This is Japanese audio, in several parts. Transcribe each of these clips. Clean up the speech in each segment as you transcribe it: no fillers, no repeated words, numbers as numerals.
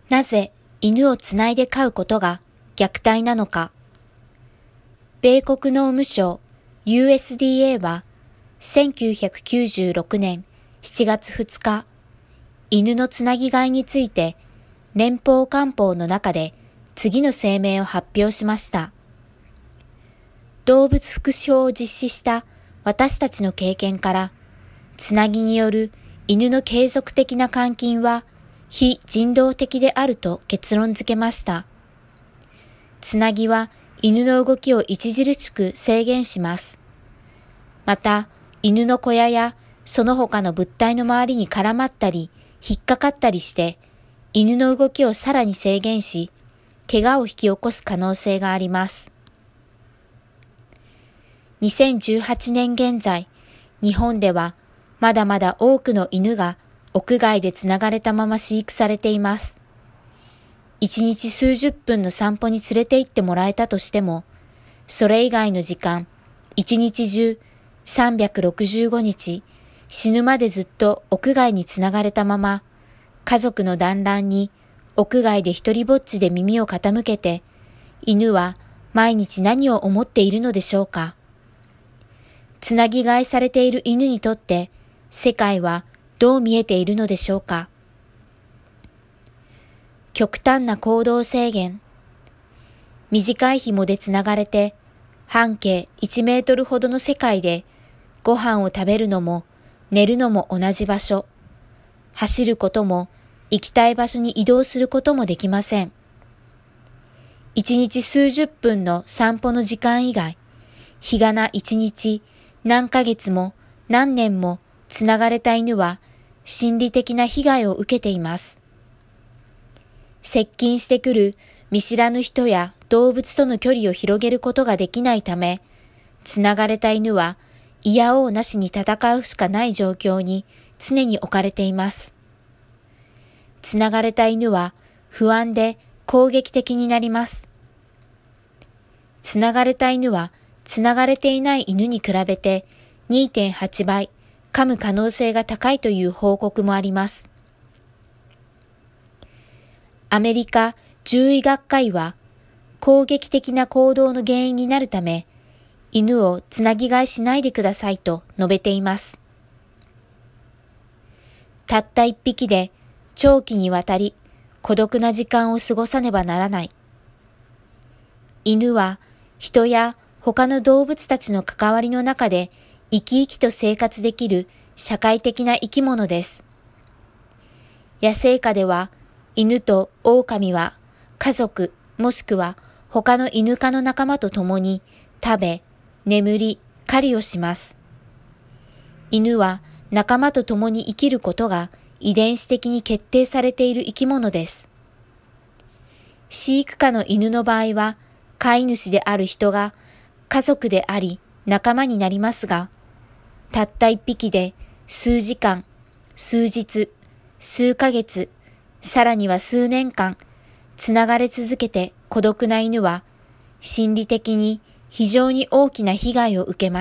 なぜ犬をつないで飼うことが虐待なのか。米国農務省 USDA は1996年7月2日、犬のつなぎ飼いについて連邦官報の中で次の声明を発表しました。動物福祉法を実施した私たちの経験から、つなぎによる犬の継続的な監禁は非人道的であると結論付けました。つなぎは犬の動きを著しく制限します。また、犬の小屋やその他の物体の周りに絡まったり、引っかかったりして、犬の動きをさらに制限し、怪我を引き起こす可能性があります。2018年現在、日本ではまだまだ多くの犬が屋外でつながれたまま飼育されています。一日数十分の散歩に連れて行ってもらえたとしても、それ以外の時間、一日中365日、死ぬまでずっと屋外につながれたまま、家族の団らんに屋外で一人ぼっちで耳を傾けて、犬は毎日何を思っているのでしょうか。つなぎ飼いされている犬にとって世界はどう見えているのでしょうか。極端な行動制限。短い紐でつながれて半径1メートルほどの世界でご飯を食べるのも寝るのも同じ場所。走ることも行きたい場所に移動することもできません。一日数十分の散歩の時間以外、日がな一日何ヶ月も何年もつながれた犬は心理的な被害を受けています。接近してくる見知らぬ人や動物との距離を広げることができないため、つながれた犬はいやおうなしに戦うしかない状況に常に置かれています。つながれた犬は不安で攻撃的になります。つながれた犬はつながれていない犬に比べて 2.8 倍噛む可能性が高いという報告もあります。アメリカ獣医学会は攻撃的な行動の原因になるため、犬をつなぎ飼いしないでくださいと述べています。たった一匹で長期にわたり孤独な時間を過ごさねばならない。犬は人や他の動物たちの関わりの中で生き生きと生活できる社会的な生き物です。野生下では犬と狼は家族もしくは他の犬科の仲間と共に食べ、眠り、狩りをします。犬は仲間と共に生きることが遺伝子的に決定されている生き物です。飼育下の犬の場合は飼い主である人が家族であり仲間になりますが、たった一匹で数時間、数日、数ヶ月、さらには数年間、つながれ続けて孤独な犬は、心理的に非常に大きな被害を受けます。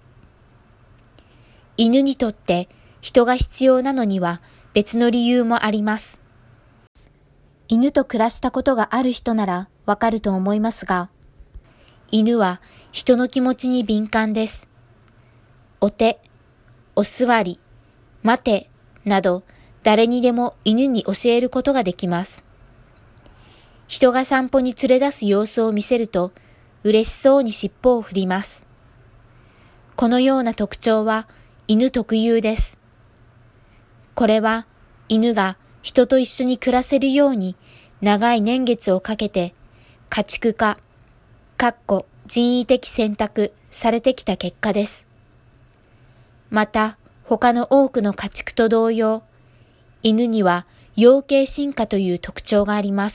犬にとって人が必要なのには別の理由もあります。犬と暮らしたことがある人ならわかると思いますが、犬は人の気持ちに敏感です。お手、お座り、待てなど誰にでも犬に教えることができます。人が散歩に連れ出す様子を見せると嬉しそうに尻尾を振ります。このような特徴は犬特有です。これは犬が人と一緒に暮らせるように長い年月をかけて家畜化、人為的選択されてきた結果です。また他の多くの家畜と同様、犬には養鶏進化という特徴があります。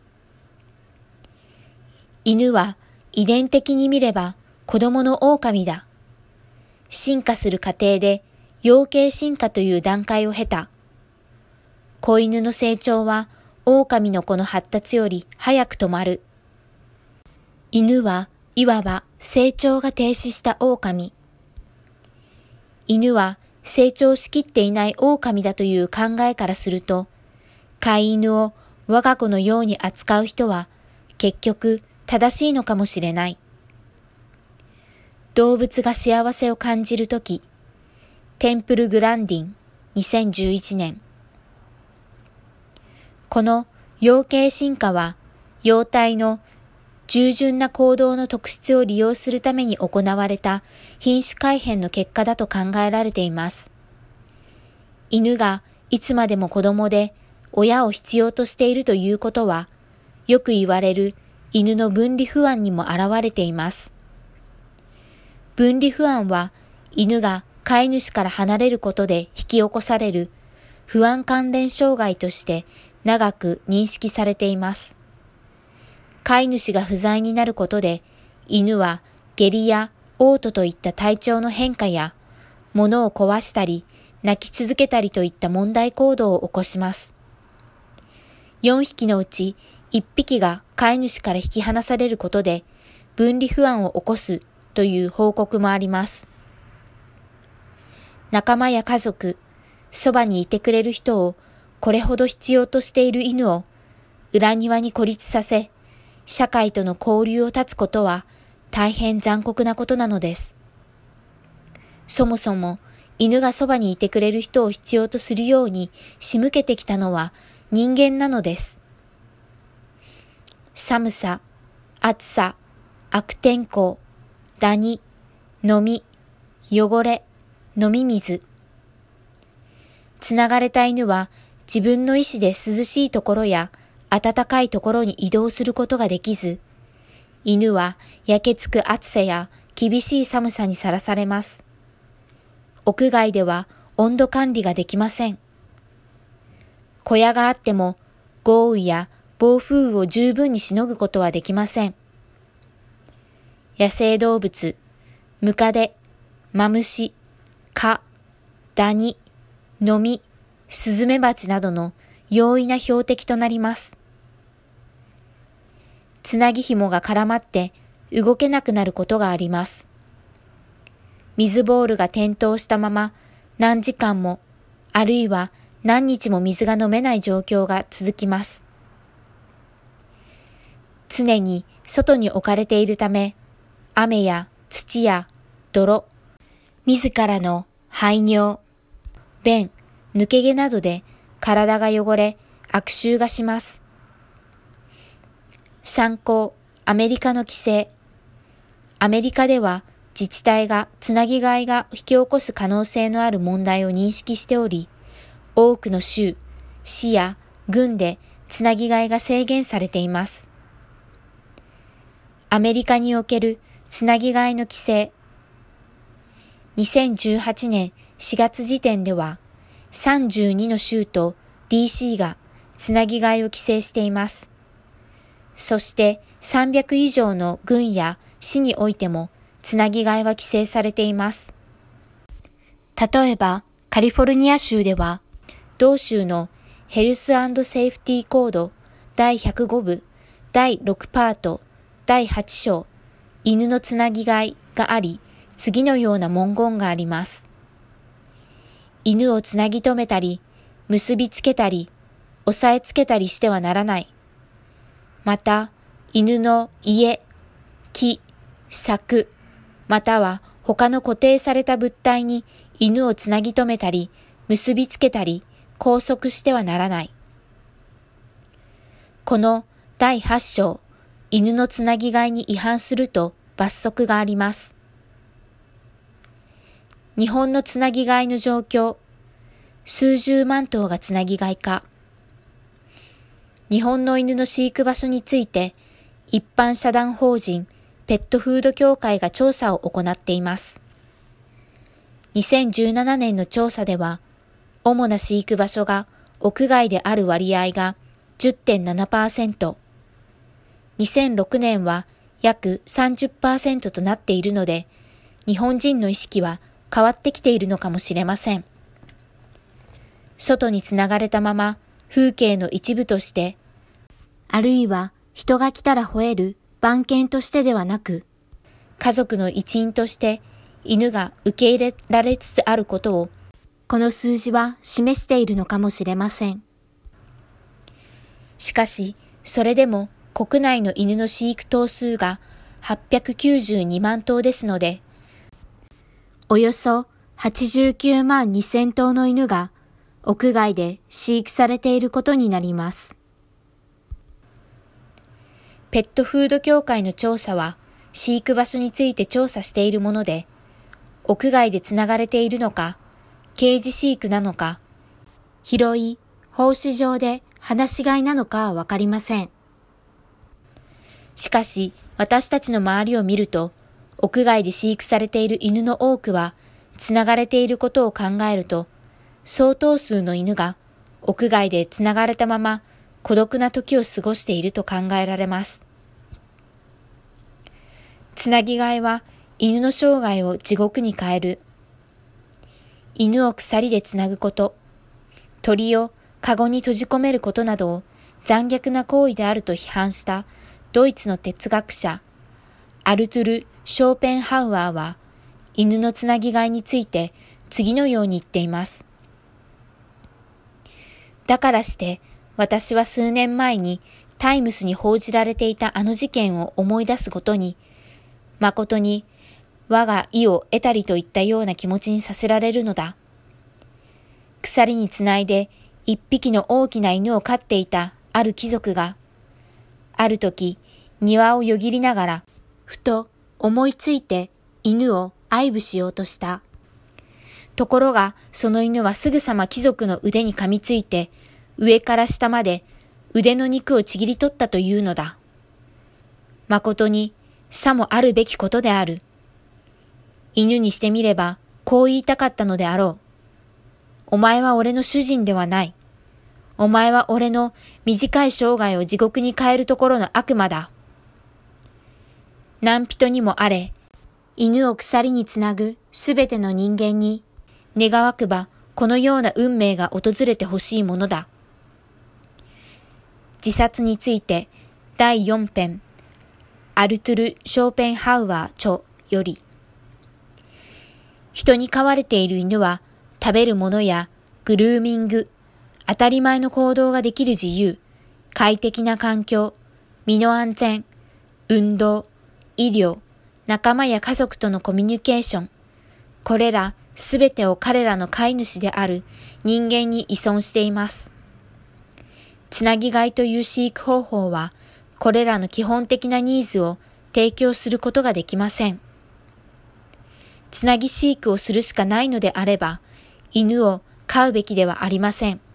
犬は遺伝的に見れば子供の狼だ。進化する過程で養鶏進化という段階を経た。子犬の成長は狼の子の発達より早く止まる。犬はいわば成長が停止した狼。犬は成長しきっていない狼だという考えからすると、飼い犬を我が子のように扱う人は結局正しいのかもしれない。動物が幸せを感じるとき、テンプル・グランディン、2011年。この養鶏進化は、幼体の従順な行動の特質を利用するために行われた品種改変の結果だと考えられています。犬がいつまでも子供で親を必要としているということは、よく言われる犬の分離不安にも現れています。分離不安は、犬が飼い主から離れることで引き起こされる不安関連障害として長く認識されています。飼い主が不在になることで、犬は下痢や嘔吐といった体調の変化や、物を壊したり、泣き続けたりといった問題行動を起こします。4匹のうち1匹が飼い主から引き離されることで、分離不安を起こすという報告もあります。仲間や家族、そばにいてくれる人をこれほど必要としている犬を裏庭に孤立させ、社会との交流を断つことは大変残酷なことなのです。そもそも犬がそばにいてくれる人を必要とするように仕向けてきたのは人間なのです。寒さ、暑さ、悪天候、ダニ、飲み、汚れ、飲み水。つながれた犬は自分の意志で涼しいところや暖かいところに移動することができず、犬は焼けつく暑さや厳しい寒さにさらされます。屋外では温度管理ができません。小屋があっても豪雨や暴風雨を十分にしのぐことはできません。野生動物、ムカデ、マムシ、蚊、ダニ、ノミ、スズメバチなどの容易な標的となります。つなぎ紐が絡まって動けなくなることがあります。水ボールが点灯したまま何時間も、あるいは何日も水が飲めない状況が続きます。常に外に置かれているため、雨や土や泥、自らの排尿、便、抜け毛などで体が汚れ悪臭がします。参考、アメリカの規制。アメリカでは自治体がつなぎ飼いが引き起こす可能性のある問題を認識しており、多くの州、市や郡でつなぎ飼いが制限されています。アメリカにおけるつなぎ飼いの規制。2018年4月時点では、32の州と DC がつなぎ飼いを規制しています。そして300以上の郡や市においてもつなぎ飼いは規制されています。例えばカリフォルニア州では、同州のヘルス&セーフティーコード第105部第6パート第8章犬のつなぎ飼いがあり、次のような文言があります。犬をつなぎ止めたり、結びつけたり、押さえつけたりしてはならない。また、犬の家、木、柵、または他の固定された物体に犬をつなぎ止めたり、結びつけたり、拘束してはならない。この第8章、犬のつなぎ飼いに違反すると罰則があります。日本のつなぎ飼いの状況、数十万頭がつなぎ飼いか。日本の犬の飼育場所について、一般社団法人ペットフード協会が調査を行っています。2017年の調査では、主な飼育場所が屋外である割合が 10.7%、2006年は約 30% となっているので、日本人の意識は変わってきているのかもしれません。外につながれたまま風景の一部として、あるいは人が来たら吠える番犬としてではなく、家族の一員として犬が受け入れられつつあることを、この数字は示しているのかもしれません。 しかし、それでも国内の犬の飼育頭数が892万頭ですので、およそ89万2000頭の犬が屋外で飼育されていることになります。ペットフード協会の調査は飼育場所について調査しているもので、屋外でつながれているのか、ケージ飼育なのか、広い放飼場で放し飼いなのかはわかりません。しかし、私たちの周りを見ると、屋外で飼育されている犬の多くは、つながれていることを考えると、相当数の犬が屋外でつながれたまま孤独な時を過ごしていると考えられます。つなぎ飼いは犬の生涯を地獄に変える。犬を鎖でつなぐこと、鳥をカゴに閉じ込めることなどを残虐な行為であると批判したドイツの哲学者アルトゥル・ショーペンハウアーは犬のつなぎ飼いについて次のように言っています。だからして私は数年前にタイムスに報じられていたあの事件を思い出すごとに、誠に我が意を得たりといったような気持ちにさせられるのだ。鎖につないで一匹の大きな犬を飼っていたある貴族が、ある時庭をよぎりながら、ふと思いついて犬を愛撫しようとした。ところがその犬はすぐさま貴族の腕に噛みついて、上から下まで腕の肉をちぎり取ったというのだ。誠にさもあるべきことである。犬にしてみればこう言いたかったのであろう。お前は俺の主人ではない。お前は俺の短い生涯を地獄に変えるところの悪魔だ。何人にもあれ、犬を鎖につなぐすべての人間に、願わくばこのような運命が訪れてほしいものだ。自殺について第4編、アルトゥル・ショーペンハウアー著より。人に飼われている犬は食べるものやグルーミング、当たり前の行動ができる自由、快適な環境、身の安全、運動、医療、仲間や家族とのコミュニケーション、これらすべてを彼らの飼い主である人間に依存しています。つなぎ飼いという飼育方法は、これらの基本的なニーズを提供することができません。つなぎ飼育をするしかないのであれば、犬を飼うべきではありません。